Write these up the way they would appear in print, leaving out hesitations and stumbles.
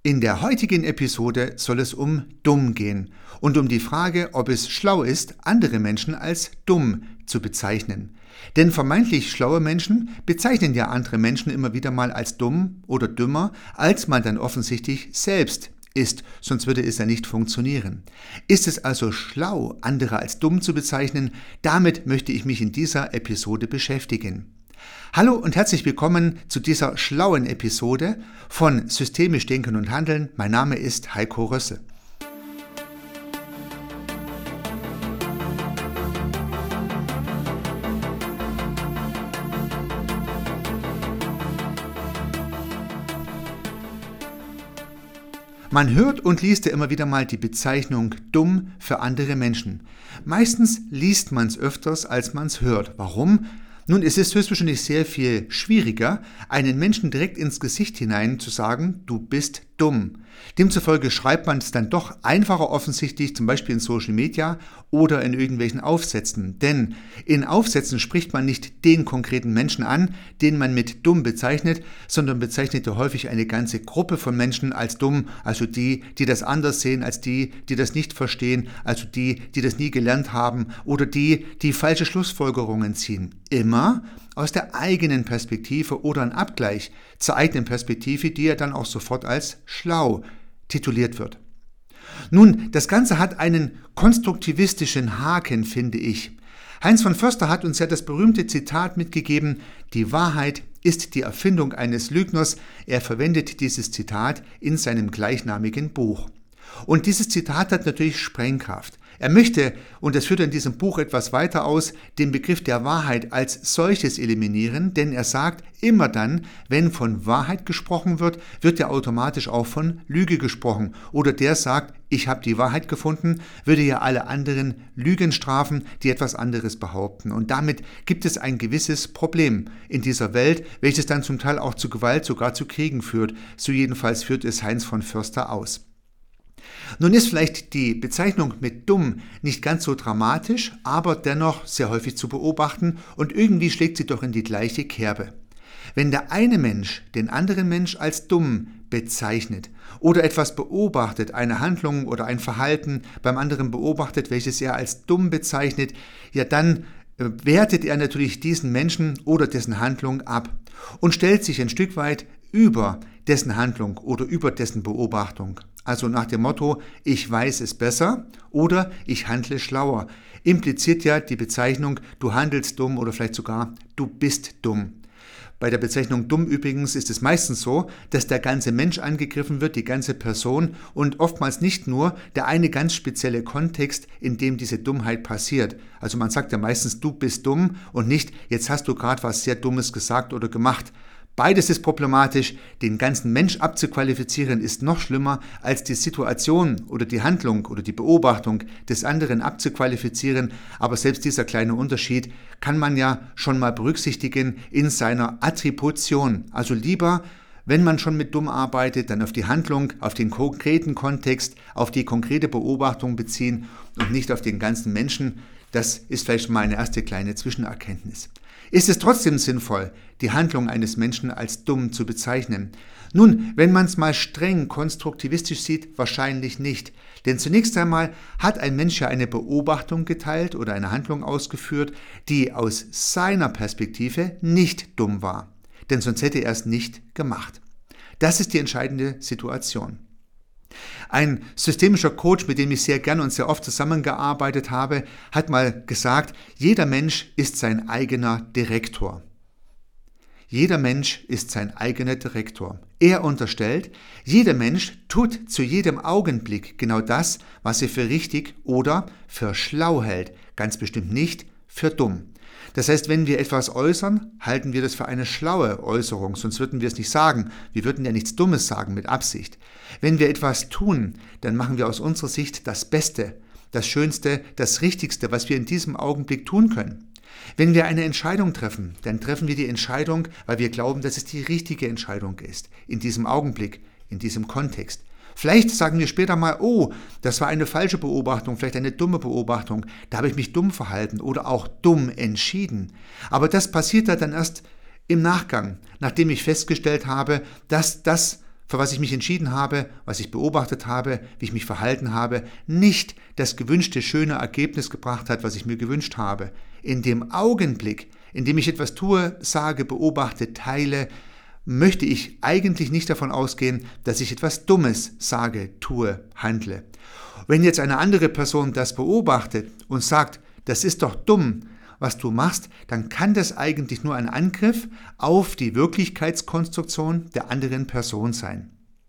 In der heutigen Episode soll es um dumm gehen und um die Frage, ob es schlau ist, andere Menschen als dumm zu bezeichnen. Denn vermeintlich schlaue Menschen bezeichnen ja andere Menschen immer wieder mal als dumm oder dümmer, als man dann offensichtlich selbst ist, sonst würde es ja nicht funktionieren. Ist es also schlau, andere als dumm zu bezeichnen? Damit möchte ich mich in dieser Episode beschäftigen. Hallo und herzlich willkommen zu dieser schlauen Episode von Systemisch Denken und Handeln. Mein Name ist Heiko Rössel. Man hört und liest ja immer wieder mal die Bezeichnung dumm für andere Menschen. Meistens liest man es öfters, als man es hört. Warum? Nun, es ist höchstwahrscheinlich sehr viel schwieriger, einen Menschen direkt ins Gesicht hinein zu sagen, du bist dumm. Demzufolge schreibt man es dann doch einfacher offensichtlich, zum Beispiel in Social Media oder in irgendwelchen Aufsätzen. Denn in Aufsätzen spricht man nicht den konkreten Menschen an, den man mit dumm bezeichnet, sondern bezeichnet ja häufig eine ganze Gruppe von Menschen als dumm, also die, die das anders sehen als die, die das nicht verstehen, also die, die das nie gelernt haben oder die, die falsche Schlussfolgerungen ziehen. Immer aus der eigenen Perspektive oder ein Abgleich zur eigenen Perspektive, die ja dann auch sofort als schlau tituliert wird. Nun, das Ganze hat einen konstruktivistischen Haken, finde ich. Heinz von Förster hat uns ja das berühmte Zitat mitgegeben, die Wahrheit ist die Erfindung eines Lügners. Er verwendet dieses Zitat in seinem gleichnamigen Buch. Und dieses Zitat hat natürlich Sprengkraft. Er möchte, und das führt er in diesem Buch etwas weiter aus, den Begriff der Wahrheit als solches eliminieren, denn er sagt, immer dann, wenn von Wahrheit gesprochen wird, wird ja automatisch auch von Lüge gesprochen. Oder der sagt, ich habe die Wahrheit gefunden, würde ja alle anderen Lügen strafen, die etwas anderes behaupten. Und damit gibt es ein gewisses Problem in dieser Welt, welches dann zum Teil auch zu Gewalt, sogar zu Kriegen führt. So jedenfalls führt es Heinz von Förster aus. Nun ist vielleicht die Bezeichnung mit dumm nicht ganz so dramatisch, aber dennoch sehr häufig zu beobachten und irgendwie schlägt sie doch in die gleiche Kerbe. Wenn der eine Mensch den anderen Mensch als dumm bezeichnet oder etwas beobachtet, eine Handlung oder ein Verhalten beim anderen beobachtet, welches er als dumm bezeichnet, ja dann wertet er natürlich diesen Menschen oder dessen Handlung ab und stellt sich ein Stück weit über dessen Handlung oder über dessen Beobachtung. Also nach dem Motto, ich weiß es besser oder ich handle schlauer, impliziert ja die Bezeichnung, du handelst dumm oder vielleicht sogar, du bist dumm. Bei der Bezeichnung dumm übrigens ist es meistens so, dass der ganze Mensch angegriffen wird, die ganze Person und oftmals nicht nur der eine ganz spezielle Kontext, in dem diese Dummheit passiert. Also man sagt ja meistens, du bist dumm und nicht, jetzt hast du gerade was sehr Dummes gesagt oder gemacht. Beides ist problematisch, den ganzen Mensch abzuqualifizieren ist noch schlimmer, als die Situation oder die Handlung oder die Beobachtung des anderen abzuqualifizieren, aber selbst dieser kleine Unterschied kann man ja schon mal berücksichtigen in seiner Attribution. Also lieber, wenn man schon mit dumm arbeitet, dann auf die Handlung, auf den konkreten Kontext, auf die konkrete Beobachtung beziehen und nicht auf den ganzen Menschen. Das ist vielleicht mal eine erste kleine Zwischenerkenntnis. Ist es trotzdem sinnvoll, die Handlung eines Menschen als dumm zu bezeichnen? Nun, wenn man es mal streng konstruktivistisch sieht, wahrscheinlich nicht. Denn zunächst einmal hat ein Mensch ja eine Beobachtung geteilt oder eine Handlung ausgeführt, die aus seiner Perspektive nicht dumm war. Denn sonst hätte er es nicht gemacht. Das ist die entscheidende Situation. Ein systemischer Coach, mit dem ich sehr gern und sehr oft zusammengearbeitet habe, hat mal gesagt, jeder Mensch ist sein eigener Direktor. Jeder Mensch ist sein eigener Direktor. Er unterstellt, jeder Mensch tut zu jedem Augenblick genau das, was er für richtig oder für schlau hält, ganz bestimmt nicht für dumm. Das heißt, wenn wir etwas äußern, halten wir das für eine schlaue Äußerung, sonst würden wir es nicht sagen. Wir würden ja nichts Dummes sagen mit Absicht. Wenn wir etwas tun, dann machen wir aus unserer Sicht das Beste, das Schönste, das Richtigste, was wir in diesem Augenblick tun können. Wenn wir eine Entscheidung treffen, dann treffen wir die Entscheidung, weil wir glauben, dass es die richtige Entscheidung ist, in diesem Augenblick, in diesem Kontext. Vielleicht sagen wir später mal, oh, das war eine falsche Beobachtung, vielleicht eine dumme Beobachtung, da habe ich mich dumm verhalten oder auch dumm entschieden. Aber das passiert dann erst im Nachgang, nachdem ich festgestellt habe, dass das für was ich mich entschieden habe, was ich beobachtet habe, wie ich mich verhalten habe, nicht das gewünschte schöne Ergebnis gebracht hat, was ich mir gewünscht habe. In dem Augenblick, in dem ich etwas tue, sage, beobachte, teile, möchte ich eigentlich nicht davon ausgehen, dass ich etwas Dummes sage, tue, handle. Wenn jetzt eine andere Person das beobachtet und sagt, das ist doch dumm, was du machst, dann kann das eigentlich nur ein Angriff auf die Wirklichkeitskonstruktion der anderen Person sein.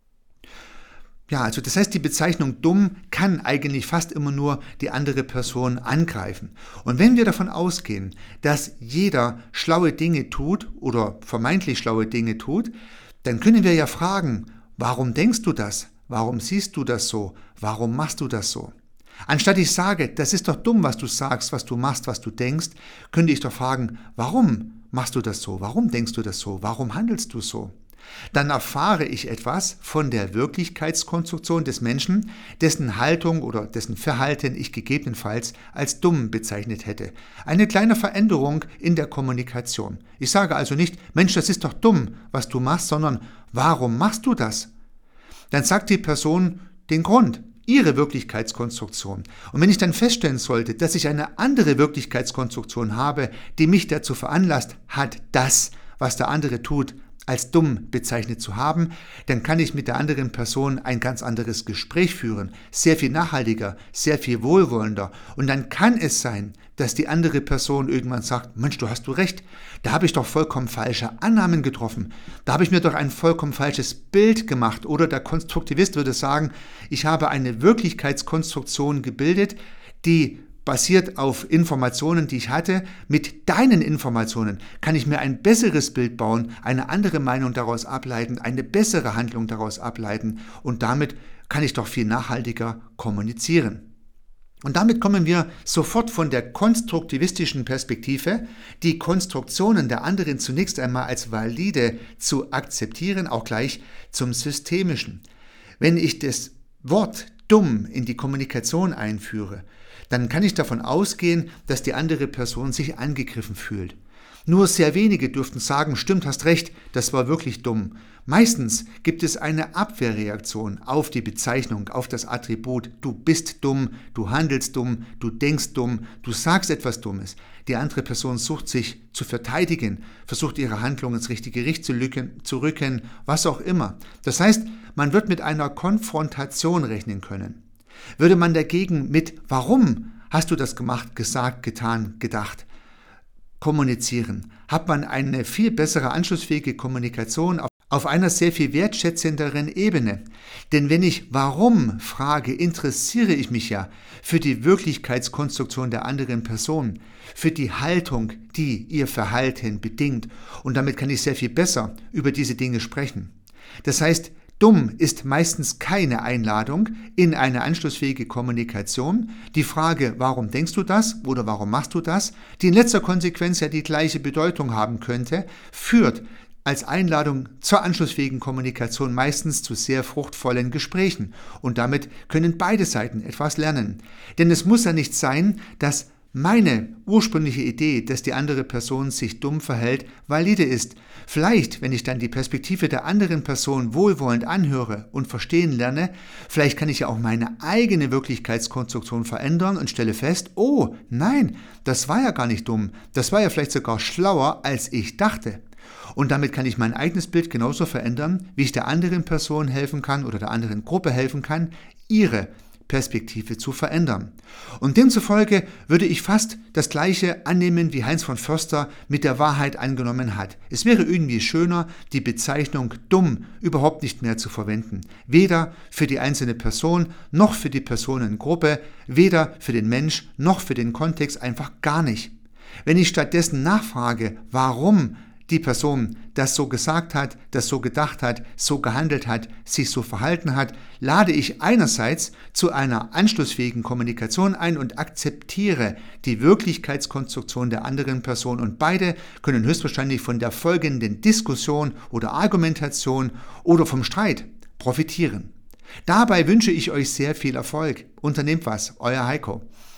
Ja, also das heißt, die Bezeichnung dumm kann eigentlich fast immer nur die andere Person angreifen. Und wenn wir davon ausgehen, dass jeder schlaue Dinge tut oder vermeintlich schlaue Dinge tut, dann können wir ja fragen, warum denkst du das? Warum siehst du das so? Warum machst du das so? Anstatt ich sage, das ist doch dumm, was du sagst, was du machst, was du denkst, könnte ich doch fragen, warum machst du das so? Warum denkst du das so? Warum handelst du so? Dann erfahre ich etwas von der Wirklichkeitskonstruktion des Menschen, dessen Haltung oder dessen Verhalten ich gegebenenfalls als dumm bezeichnet hätte. Eine kleine Veränderung in der Kommunikation. Ich sage also nicht, Mensch, das ist doch dumm, was du machst, sondern warum machst du das? Dann sagt die Person den Grund, ihre Wirklichkeitskonstruktion. Und wenn ich dann feststellen sollte, dass ich eine andere Wirklichkeitskonstruktion habe, die mich dazu veranlasst hat, das, was der andere tut, als dumm bezeichnet zu haben, dann kann ich mit der anderen Person ein ganz anderes Gespräch führen, sehr viel nachhaltiger, sehr viel wohlwollender. Und dann kann es sein, dass die andere Person irgendwann sagt, Mensch, du hast recht, da habe ich doch vollkommen falsche Annahmen getroffen, da habe ich mir doch ein vollkommen falsches Bild gemacht. Oder der Konstruktivist würde sagen, ich habe eine Wirklichkeitskonstruktion gebildet, die basiert auf Informationen, die ich hatte. Mit deinen Informationen kann ich mir ein besseres Bild bauen, eine andere Meinung daraus ableiten, eine bessere Handlung daraus ableiten und damit kann ich doch viel nachhaltiger kommunizieren. Und damit kommen wir sofort von der konstruktivistischen Perspektive, die Konstruktionen der anderen zunächst einmal als valide zu akzeptieren, auch gleich zum systemischen. Wenn ich das Wort dumm in die Kommunikation einführe, dann kann ich davon ausgehen, dass die andere Person sich angegriffen fühlt. Nur sehr wenige dürften sagen, stimmt, hast recht, das war wirklich dumm. Meistens gibt es eine Abwehrreaktion auf die Bezeichnung, auf das Attribut, du bist dumm, du handelst dumm, du denkst dumm, du sagst etwas Dummes. Die andere Person sucht sich zu verteidigen, versucht ihre Handlung ins richtige Licht zu rücken, was auch immer. Das heißt, man wird mit einer Konfrontation rechnen können. Würde man dagegen mit warum hast du das gemacht, gesagt, getan, gedacht, kommunizieren, hat man eine viel bessere anschlussfähige Kommunikation auf einer sehr viel wertschätzenderen Ebene. Denn wenn ich warum frage, interessiere ich mich ja für die Wirklichkeitskonstruktion der anderen Person, für die Haltung, die ihr Verhalten bedingt. Und damit kann ich sehr viel besser über diese Dinge sprechen. Das heißt, dumm ist meistens keine Einladung in eine anschlussfähige Kommunikation. Die Frage, warum denkst du das oder warum machst du das, die in letzter Konsequenz ja die gleiche Bedeutung haben könnte, führt als Einladung zur anschlussfähigen Kommunikation meistens zu sehr fruchtvollen Gesprächen. Und damit können beide Seiten etwas lernen. Denn es muss ja nicht sein, dass meine ursprüngliche Idee, dass die andere Person sich dumm verhält, valide ist. Vielleicht, wenn ich dann die Perspektive der anderen Person wohlwollend anhöre und verstehen lerne, vielleicht kann ich ja auch meine eigene Wirklichkeitskonstruktion verändern und stelle fest, oh nein, das war ja gar nicht dumm, das war ja vielleicht sogar schlauer, als ich dachte. Und damit kann ich mein eigenes Bild genauso verändern, wie ich der anderen Person helfen kann oder der anderen Gruppe helfen kann, ihre Perspektive zu verändern. Und demzufolge würde ich fast das Gleiche annehmen, wie Heinz von Förster mit der Wahrheit angenommen hat. Es wäre irgendwie schöner, die Bezeichnung dumm überhaupt nicht mehr zu verwenden. Weder für die einzelne Person, noch für die Personengruppe, weder für den Mensch, noch für den Kontext, einfach gar nicht. Wenn ich stattdessen nachfrage, warum die Person das so gesagt hat, das so gedacht hat, so gehandelt hat, sich so verhalten hat, lade ich einerseits zu einer anschlussfähigen Kommunikation ein und akzeptiere die Wirklichkeitskonstruktion der anderen Person und beide können höchstwahrscheinlich von der folgenden Diskussion oder Argumentation oder vom Streit profitieren. Dabei wünsche ich euch sehr viel Erfolg. Unternehmt was, euer Heiko.